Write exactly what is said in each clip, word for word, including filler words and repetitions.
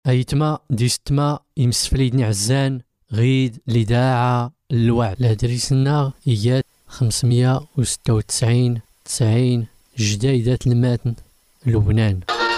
أيتما ديستما يمسفليدني عزان غيد لداعة الوعد لهدريسنا إيات خمسمية وستة وتسعين تسعين جديدة الماتن لبنان.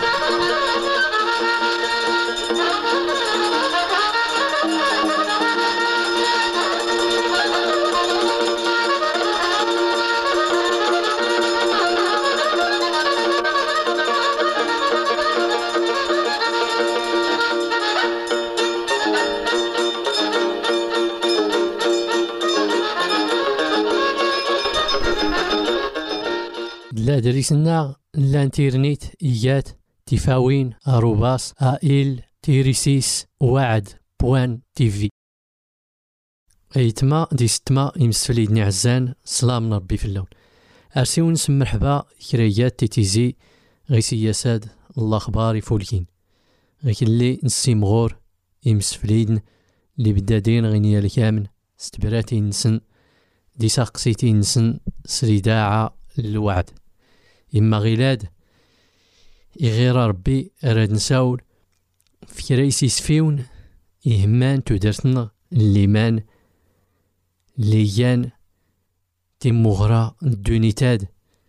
لا دريسنا الانترنت إيات تفاوين أروباس آئل تيريسيس وعد بوان تيفي. أيتما ديستما يمسفليدني عزان سلام ربي في اللون أرسيو نسم مرحبا كريات تيتيزي غي سياساد الله أخبار يفولكين غي اللي نسي مغور يمسفليدن اللي بدادين غينيا الكامن استبراتي نسن دي ساقسيتي نسن سريداعة الوعد إما غيلاد يغير ربي أراد نساول في كريسي سفيون يهمان تدرسنا الليمان ليان تيمغرا الدونيتاد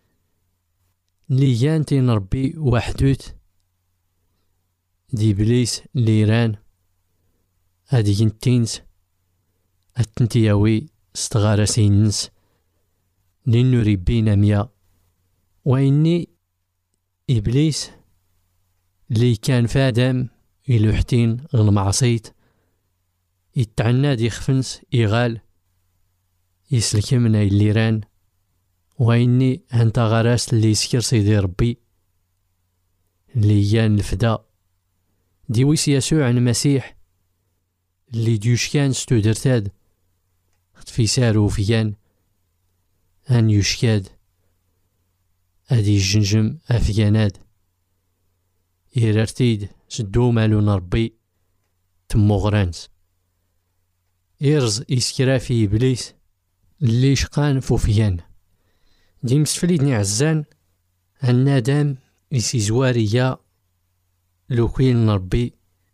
ليان تين ربي وحدوت دي بليس ليران هادي ينتينس التنتياوي استغارة سينس لنو ربينا ميا وإني إبليس اللي كان فادم يلوحتين غالمعصيت يتعنى دي خفنس يغال يسلكمنا الليران وإني هنتا غراس اللي يسكر سيدي ربي اللي يان الفدا دي ويس يسوع المسيح اللي ديوش كان ستودرتاد في سارو فيان أن يشكاد أدي الجنجم أفياناد إيرارتيد سدو مالون ربي تمو غرانس إرز إسكرا في إبليس اللي شقان فوفيان دي مسفليدني عزان النادم إسي زواريا لوكوين ربي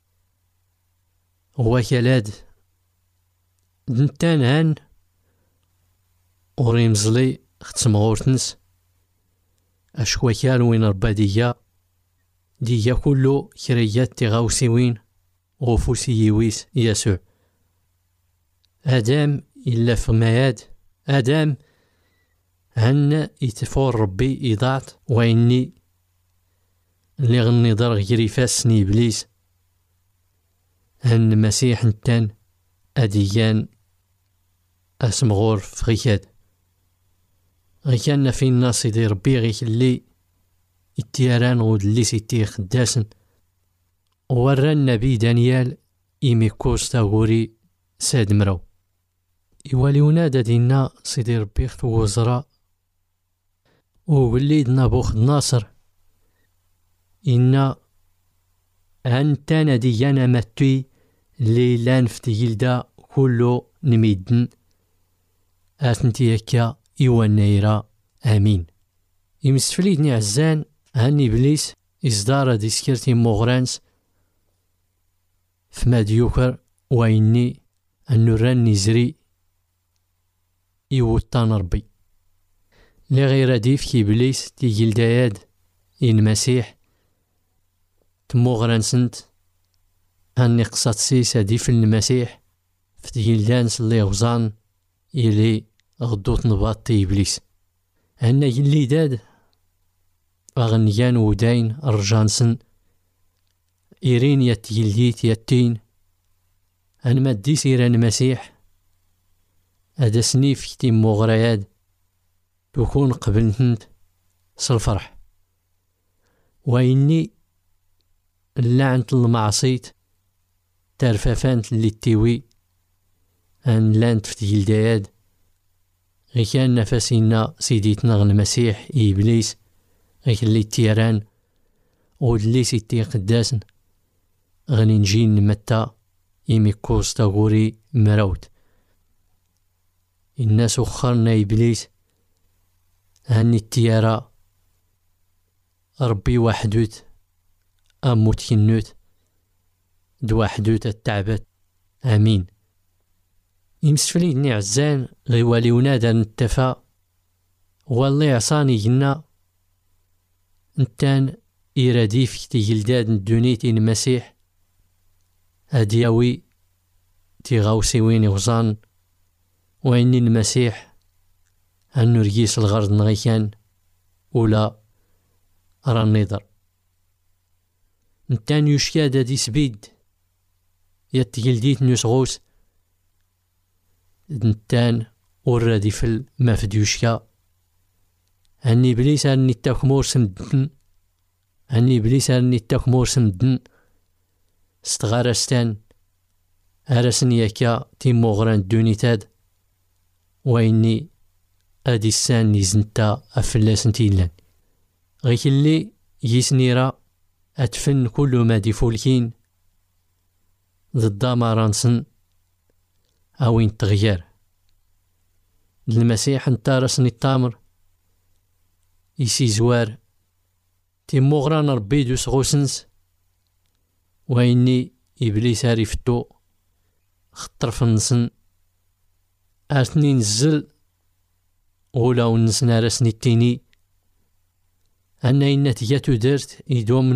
هو كالاد دنتان هان وريمزلي ختم غورتنس أشكوكال وين ربا ديا ديا كلو كريات تغاوسيوين غفوسيويس يسوع آدم إلا فمياد آدم هن يتفور ربي إضاعت وإني اللي غني دار غيري فاسني إبليس هن مسيح نتان أديان أسمغور فغيكاد غيكان في الناس دي ربي غيك اللي التيران غود اللي سيتي خداسن ورى النبي دانيال إيميكوس تاغوري ساد مرو إيواليونا دادينا سيدي ربي خطو وزراء ووليد نابوخد ناصر إنا أنتانا ديانا ماتوي اللي لان فتيلدا كلو نميدن أثنتي هكا إيوانيرا آمين. يمسفليدني عزان هاني إبليس إصدار دي سكرتي موغرانس فما ديوكر وإني أنو راني زري إيوطان ربي لي غير ديف كي إبليس تيجي لداياد إن مسيح تموغرانسنت هاني قصات سيسا ديف المسيح فتيجي دانس اللي غزان إلي غدوت نباط إبليس هنا يلي داد أغنيان وداين رجانسن إيرين يتيليت يتين أن ما دي سيران مسيح هذا سنيف كتيم مغرياد تكون قبلتنت سالفرح وإني اللعنة المعصيت ترفافانت اللي تيوي أن لانت فتيل داياد غي كان نفسينا سيديتنا غن المسيح إبليس غي اللي تيران ودلي سيتي قداسن غني نجين نمتا إيميكوس تاغوري مراوت الناس وخرنا إبليس هاني التيارة ربي وحدوت أموت كنوت دوا حدوث التعبت امين. يمسفلي دني عزان غيوالي ونادى نتفا والله عصاني جنا انتان إرادي في تيجلداد ندونيتي المسيح هدياوي تيغاوسي وين يغزان وإني المسيح أنو رجيس الغرض نغيكان ولا راه النظر نتان يشكاد دي سبيد يتجلديت نسغوس نتان ورادي في المفديوشكا هني بليس هني تاكمور سمدن هني بليس هني تاكمور سمدن استغارستان هرسن يكا تيمو غران دونيتاد وإني أدي السان نيزنتا أفلاس نتيلان غيك اللي يسنيرا أتفن كل ما دي فولكين ضد مارانسن أوين تغير المسيح انتارسني التامر يسي زوار تيمو غران ربي دوس غوسنس وإني إبليس عرفتو خطر فنسن أرتني نزل ولا ونسنا راسني التيني أنا إنا تياتو درت إدومن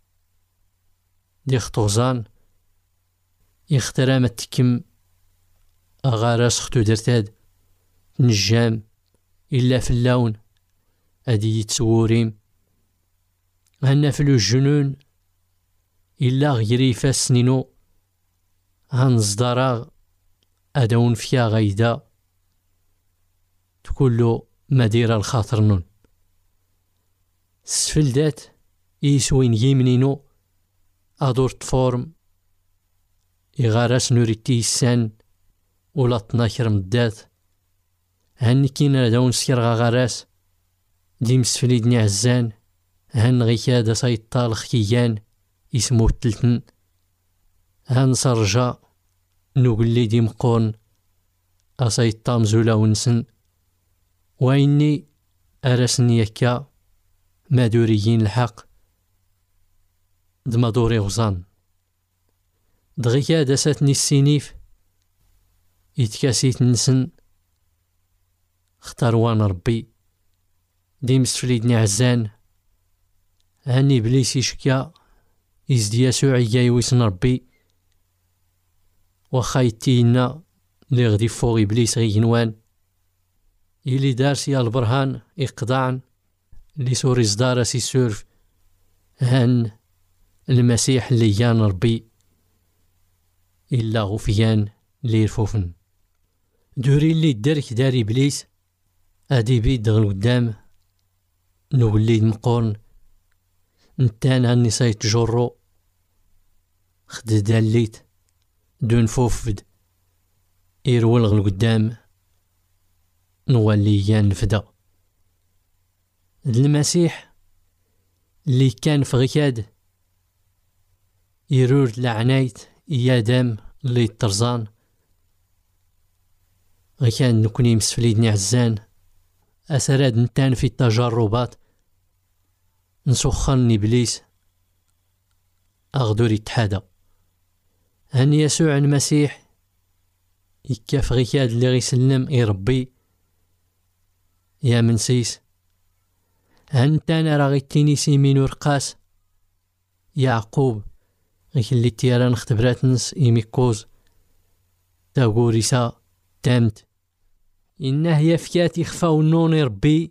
دي خطوزان يخترامت تكم أغاراس ختو درتاد نجام إلا في اللون أدي يتسوريم أنا في الجنون إلا غيري فاسنينو هنصدراغ أدون فيها غيدا تكلو مدير الخاطر نون سفل دات إيسوين يمنينو أدور تفورم إغارس نوريتي السان ولا تناكر مدات هن كينا دون سكر غاراس ديم سفلي دني عزان هن غيكادا سيطال خيان اسمو التلتن هن صرجا نقولي ديم قون أسيطام زولا ونسن وإني أرسني يكا مادوريين الحق دمادوري غزان دغيكا داساتني السينيف يتكاسيت نسن اختار وان ربي ديم سفليدني عزان هاني بليس يشكا يزدي يسوع جاي ويسن ربي وخايتينا لي غدي فوق إبليس غينوان يلي دارسي البرهان إقضاعن لي سوري صدارة سي سورف هان المسيح اللي جان ربي إلا غفيان لي رفوفن دوري اللي دارك داري إبليس أدي بيد دغل قدام نوليد مقورن نتان هاني سايت جورو خد داليت دون فوفد إيرول غل قدام نولي يان نفدا المسيح اللي كان في غيكاد يرورد لعنايت يادام اللي طرزان غيكان نكوني مسفليدني عزان أسراد نتان في التجربات نسخن إبليس أغدور يتحادى هن يسوع المسيح يكاف غيكاد اللي غيسلم يربي يا منسيس هنتانا راه غيتيني سيمين ورقاس يعقوب غيك اللي تيران اختبراتنس إيميكوز تاغوريسا تامت إنه يفكات يخفاو النون ربي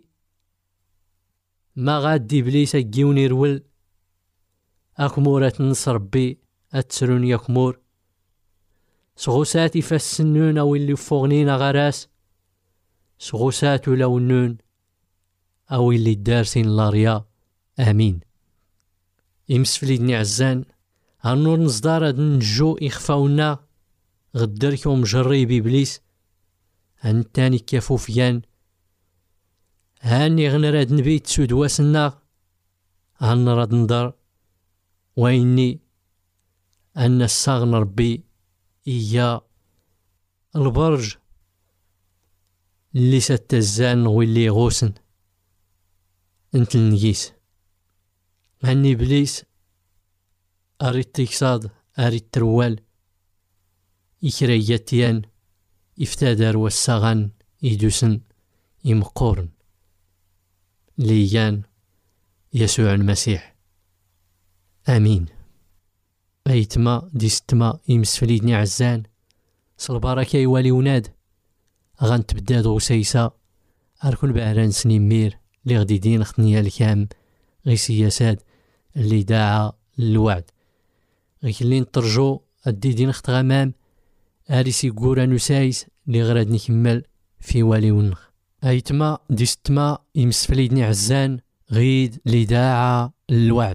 ما غادي بليس أجيون يرول أكمورة نص ربي أتسرون يكمور سغوساتي فالسنون أو اللي فوغنين غراس سغوساتو لو النون أو اللي دارسين لاريا آمين يمسفليدني عزان هالنور نصدار هاد نجو إخفاونا غدركم جري بإبليس هنتاني كافو فيان هاني غنراد نبيت سود واسنا هنراد ندر وإني أن الصاغن ربي إيا البرج اللي ستزان واللي غوسن انت النجيس هني إبليس أريد تكساد أري التروال إكرياتيان إفتادر والساغان إدوسن إمقورن ليان يسوع المسيح. آمين. أيتما ديستما يمسفليدني عزان صلباركا يوالي وناد غنتبداد غسيسا أركن بأهران سنين مير لي غدي دين خطنيا الكام غي سياسات اللي داعا للوعد غيكلي نطرجو أدي دين خط غمام أريسي قورا نسايس لي غراد نكمل في والي ونخ. أيتما ديستما يمسفليدني عزان غيد لي داعا للوعد.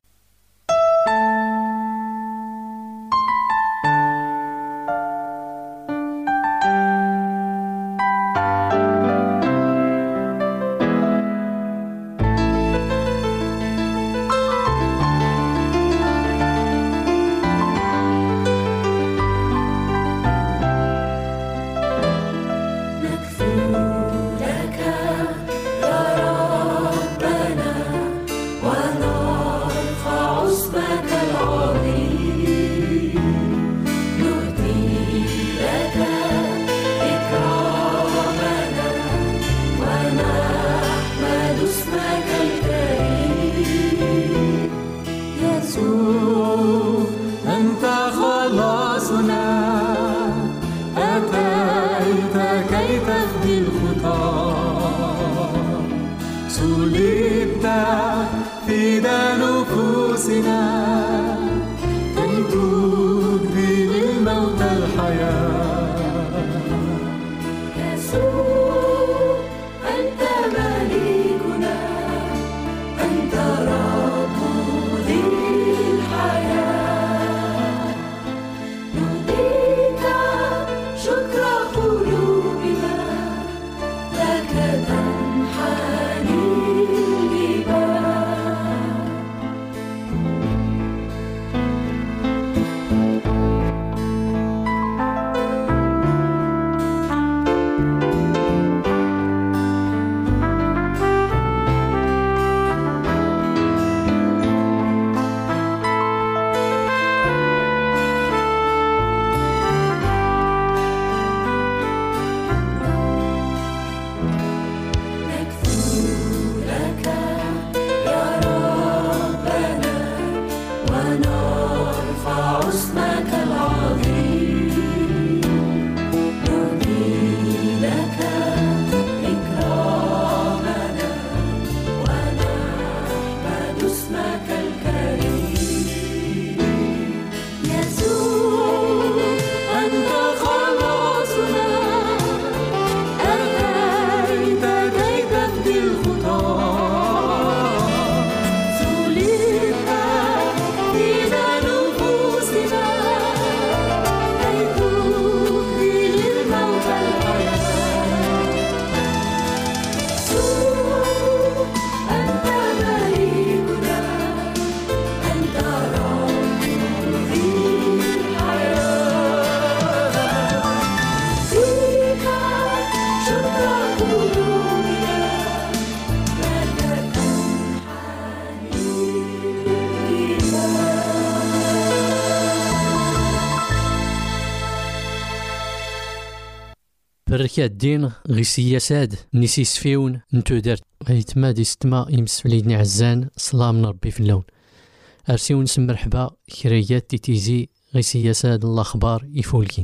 بركة الدين غي سياساد نسي سفيون نتو درت غيتما دي ستما يمسفليدني عزان صلاة من ربي في اللون أرسيون نسم مرحبا كريات تي تيزي غي سياساد الأخبار يفولكين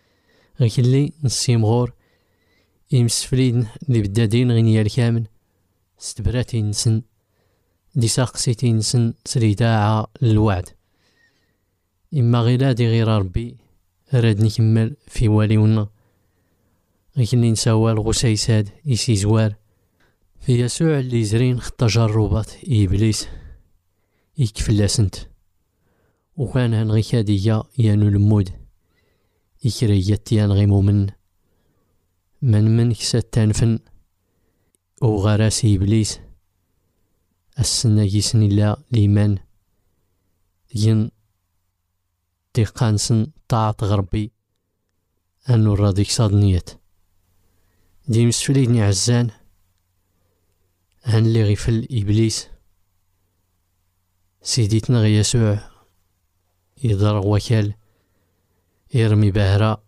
غي كلي نسيم غور يمسفليدن اللي بدادين غنيا الكامل ستبراتي نسن دي ساقسيتي نسن سريداعة للوعد إما غيلادي غير ربي راد نكمل في واليونا غيكني نساوى الغسيساد يسي زوار في يسوع اللي زرين خط تجربات إبليس يكفلاسنت وكان هن غي كادية يانو المود يكريات يان غي مؤمن من من كسات تنفن أو غراس إبليس السنة يسن الله ليمان ين تيقانسن طاعت غربي أنو الراديك صادنيات دي مسفليدني عزان هن اللي غيفل إبليس سيديتنا غي يسوع يضرغ وكال يرمي بهرة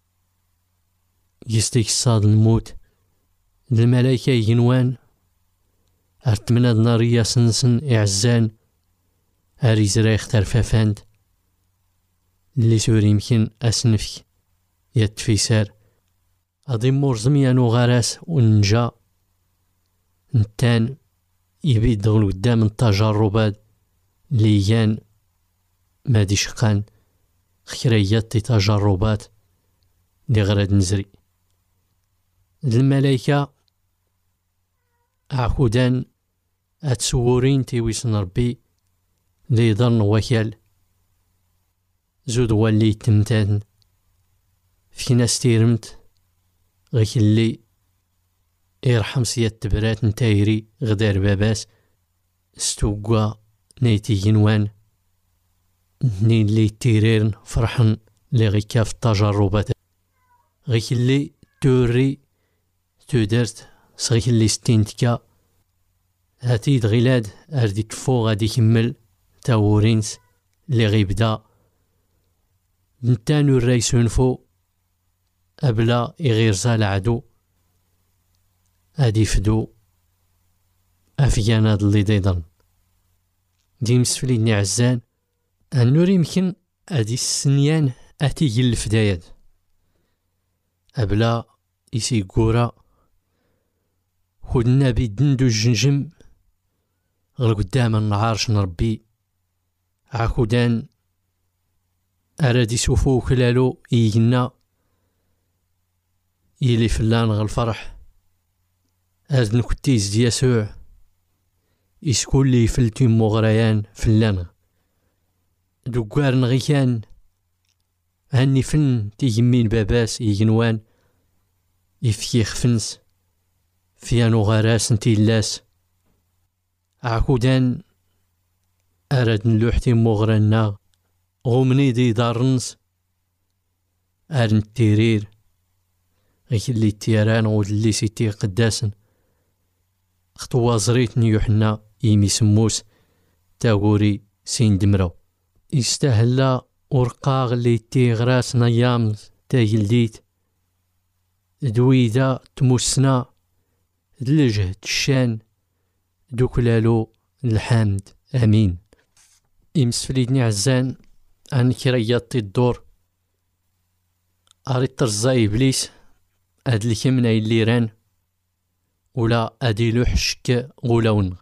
يستيك الصاد الموت. الملايكة يجنوان ارتمناد نارية سنسن إعزان هاري زرايخ ترفافاند اللي سوري يمكن أسنفك يتفيسار أضي مرزم يانو غراس ونجا نتان يبيد دغل قدام التجربات اللي يان ما دي شقان خيريات تجربات اللي غراد نزري. الملايكة عقودان اتسورين تيويسن ربي لي ظن وكال زود واللي تمتان في ناس تيرمت غيك اللي يرحم سياد تبرات نتايري غدار باباس استوقوا نيتي جنوان نين اللي تيريرن فرحن لي غيكا في التجربات غيك اللي توري تودرت صغيك اللي ستينتكا هاتي دغيلاد اردي تفو غادي كمل تاورينس اللي غيبدا نتانو الرئيس نفو أبلا يغير زال عدو هادي فدو أفيان هاد اللي ديضن دي مسفليني عزان النور يمكن هادي السنيان أتيجي الفدايات أبلا يسي قورا خدنا بيدندو الجنجم غير قدام النعارش نربي عاكودان أرادي سوفو كلالو يجنا يلي فلان غير الفرح هاد نكتيز دي يسوع يسكول لي فلتي مغريان فلان دوكار نغيكان هاني فن تيجمين باباس يجنوان يفيخ فنس فيانو غراس نتيلاس عاكودان أراد نلوحتي مغرنا غومني دي دارنس أرن التيرير غيك اللي تيران غود اللي سيتي قداسن خطوا زريتني يوحنا يمي سموس تاغوري سين دمرو يستاهل ورقاغ اللي تيغراس نيام تاجلديت دويدا تموسنا دلجهد الشان دوكلالو الحمد امين. يمسفليدني عزان عن كرياطي الدور اريد ترزاي ابليس هاد الكمنا اللي ران ولا اديلو حشك غولون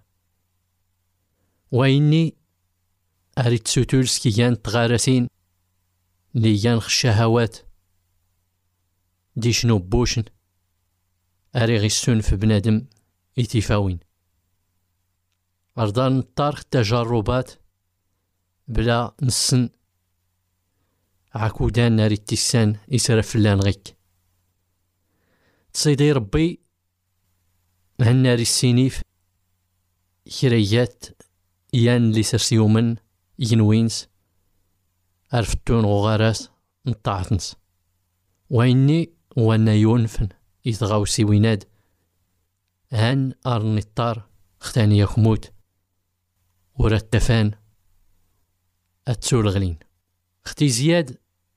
ويني اريد سوتولس كي كان تغارسين لي كان الشهوات دي شنو بوشن اري غيسون في بنادم يتفاوين أرضان الطارق التجربات بلا نسن عكودان ناري التسان يسرف فلان غيك تصيدي ربي هالناري السينيف كريات يان لي سرسيومن ينوينس عرفتون غراس نطاعتنس ويني وانا يونفن يتغاو سيويناد هان ارني الطار ختاني يخموت ورتفان اتسول غلين اختي زياد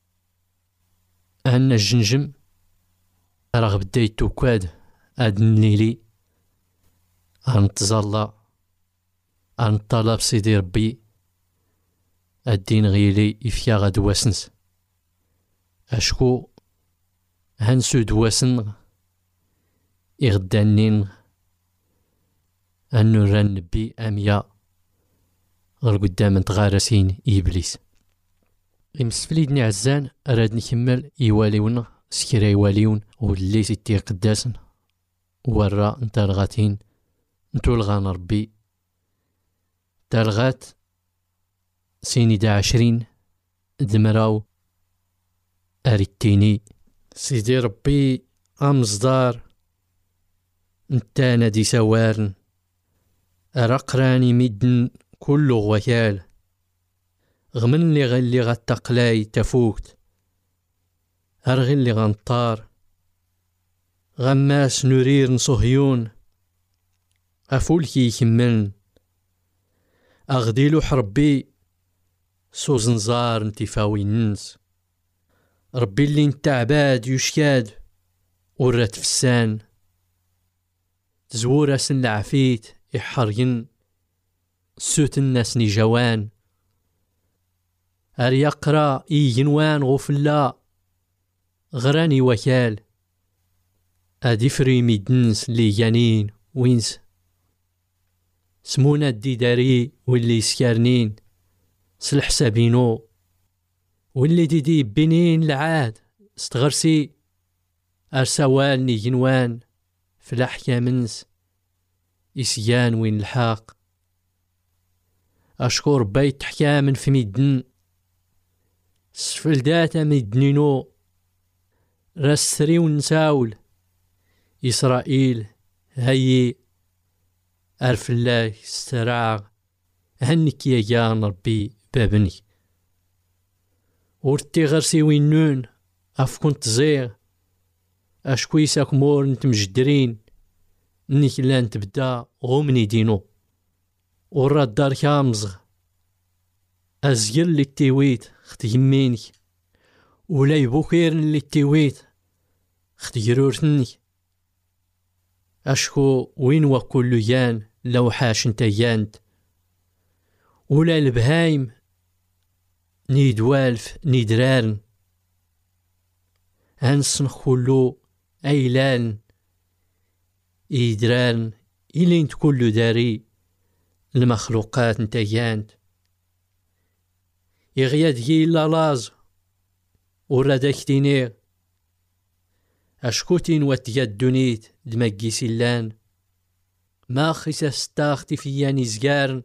هان الجنجم راه بداي توكاد هاد النيلي غنتزلا غنطلب سيدي ربي الدين غيلي يفيا غاد واسنس اشكو هنسو دواسن يغدانين أنو ران نبي أميا غير قدام تغارسين إبليس. يمسفليدني عزان أراد نكمل يواليون سكرا يواليون واللي سيتي قداسن ورا نتالغاتين نتولغان ربي تالغات سيني دا عشرين دمراو أريتيني سيدي ربي أمصدار نتانا دي سوارن أرقراني مدن كل غوكال غمن لي غلي غتقلاي تفوت أرغي اللي غنطار غماس نرير نصهيون أفولكي يكملن أغديلو حربي سوزنزار نتفاوي ننس ربي اللي نتا عباد يشكاد ورات فسان تزور سن العفيت يحرين سوت الناس نجوان ار يقرا ينوان غفلا غراني وكال ادي فريمي دنس لي جانين وينس سمونا الديداري واللي يسكرنين سلحسابينو واللي ديدي بنين العاد استغرسي ارسوال نيجنوان فلاح كامنس إسيان وين الحاق أشكر بيت حكام في ميدن سفل داتا ميدنينو رسري ونساول إسرائيل هاي أرف الله استراغ هنك يا جان ربي بابني ورتي غرسي وينون أفكون تزيغ أشكويساك مور نت مجدرين نيك لان تبدا غومني دينو ورا الدار كامزغ أزيل اللي تيويت خت يمينك ولا يبوكيرن اللي تيويت خت يرورتني أشكو وين وكل يان لو حاش انت يانت ولا البهايم نيد والف نيدرارن هنسن خلو أيلان إيدران إلين كل داري المخلوقات نتيانت يغياد يلا لاز ورادك تينير أشكوتين واتياد دونيت دماجي سلان ما خيسا ستاختي فياني زقارن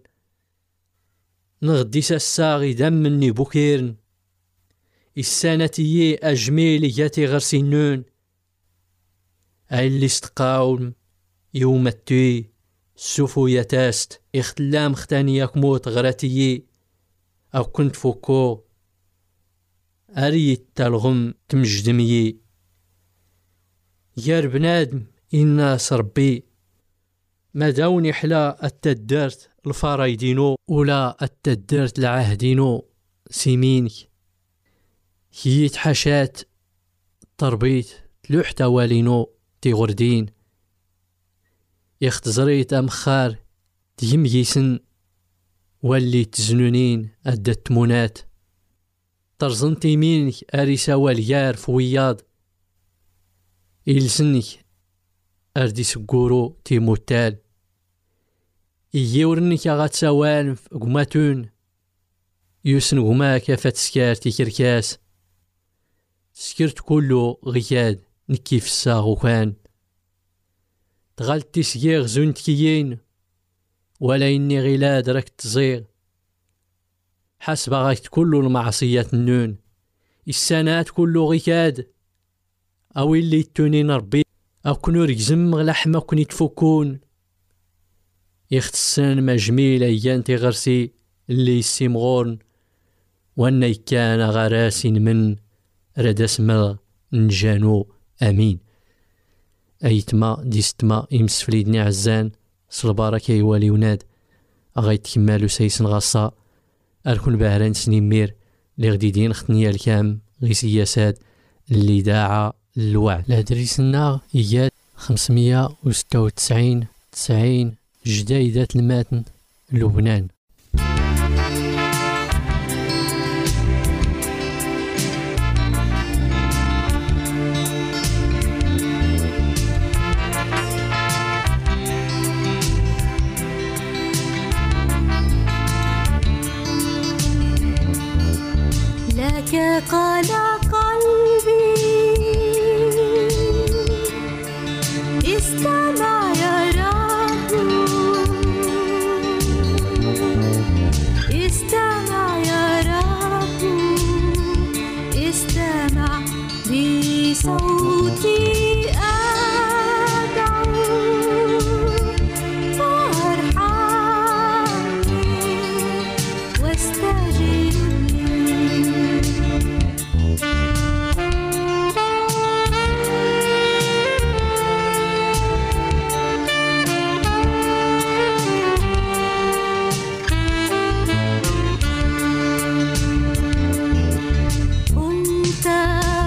نغدي ساساغي دم مني بوكيرن السانتي أجميلي جاتي غرسينون أي اللي استقاوم يوم التوي سوفو يتاست اختلام ختاني يكموت غراتي أو كنت فوكو أريد تلغم تمجدمي يا بنادم إناس ربي ما داوني حلا التدرت الفرايدينو ولا التدرت العهدينو سيمينك هي تحشات تربيت تلوح توالينو تيغردين يختزريت أمخار تيميسن واللي تزنونين أدى التمونات ترزن تيمينك أريسا واليار فوياض إلسنك أردي سقورو تيموتال إيورنك أغات سوالم قماتون يوسن قما كافات سكار تيكركاس سكرت كله غياد نكيف الساغ وكان تغالت تسيغ زون تكيين ولا إني غلاد راك تزيغ حسب غايت كله المعصية النون السنات كله غيكاد أو اللي تونين ربي أو كنو ركزم غلحما كني تفكون يختسن مجميل أيان تغرسي اللي يسيمغورن وانا كان غراسين من رد اسمه نجانو امين ايتما ديستما يمسفليدني عزان صلبارك يوالي وناد اغايت كمالو سيسن غصا اركن بهران سنيمير لي غديدين ختنيا الكام غي سياسات اللي داعا الوعد لهدريسنا اياد خمسمية وستة وتسعين تسعين جدايدات الماتن لبنان. لك قال قلبي استمع يا رب استمع يا رب استمع بصوتي أنت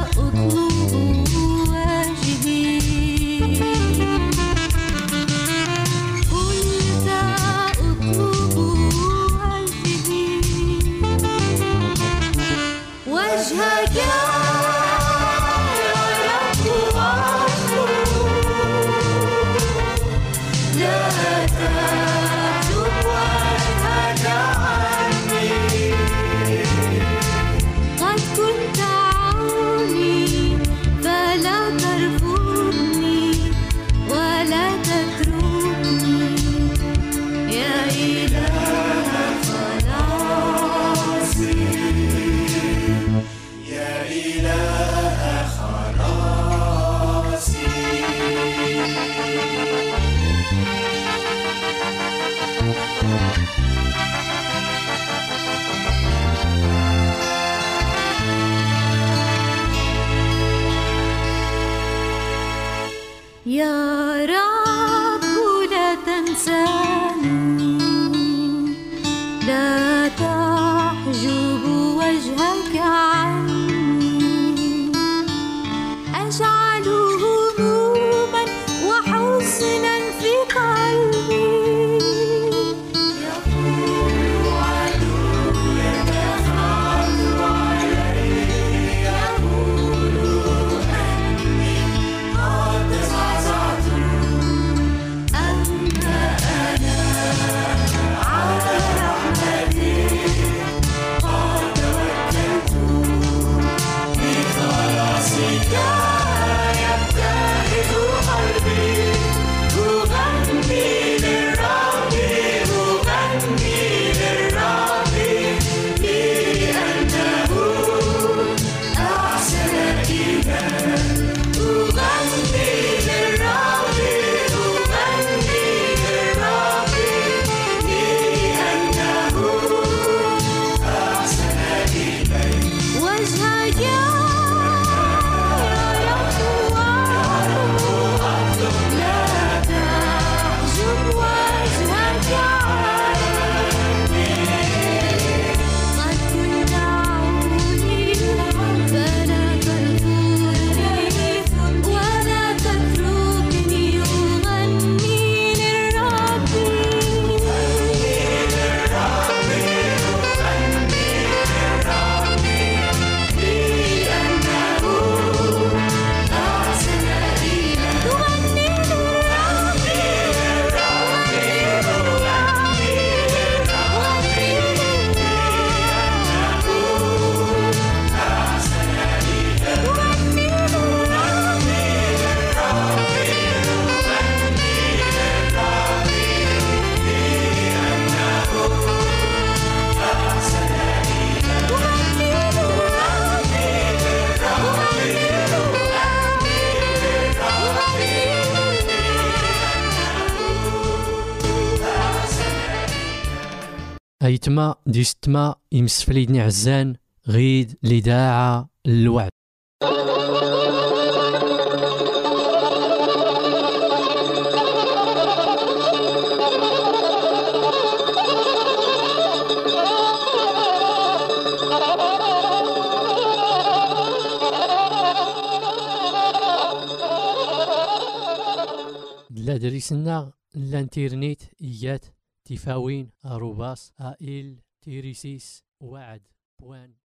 وجهك يا رب أطلب لا تحجب وجهك عني قد كنت عوني فلا ترفضني ولا تتركني يا إله خلاصي يا إله خلاصي يا رب لا تنساني لا تحجب وجهك عني أجعل هموما وحزنا في قلبي يقول عدوك تخاف علي يقول أني قد زعزعت أما أنا على رحمتك قد توكلت بخلاصك يبتهج قلبي أغني للرب أغني للرب لأنه أحسن إلي أغني للرب أغني للرب لأنه أحسن إلي وجهك يا رب أطلب لا تحجب وجهك عني قد كنت عوني فلا ترفضني ولا تتركني أغني للرب أغني للرب أغني للرب لأنه أحسن إلي أغني للرب أغني للرب أغني للرب أحسن إلي أغني للرب أيتما ديستما يمسفليدني عزان غيد لداعة الوعد. لا دريسنا الانترنت إيات تفاوين أروباس آئل تيريسيس وعد بوان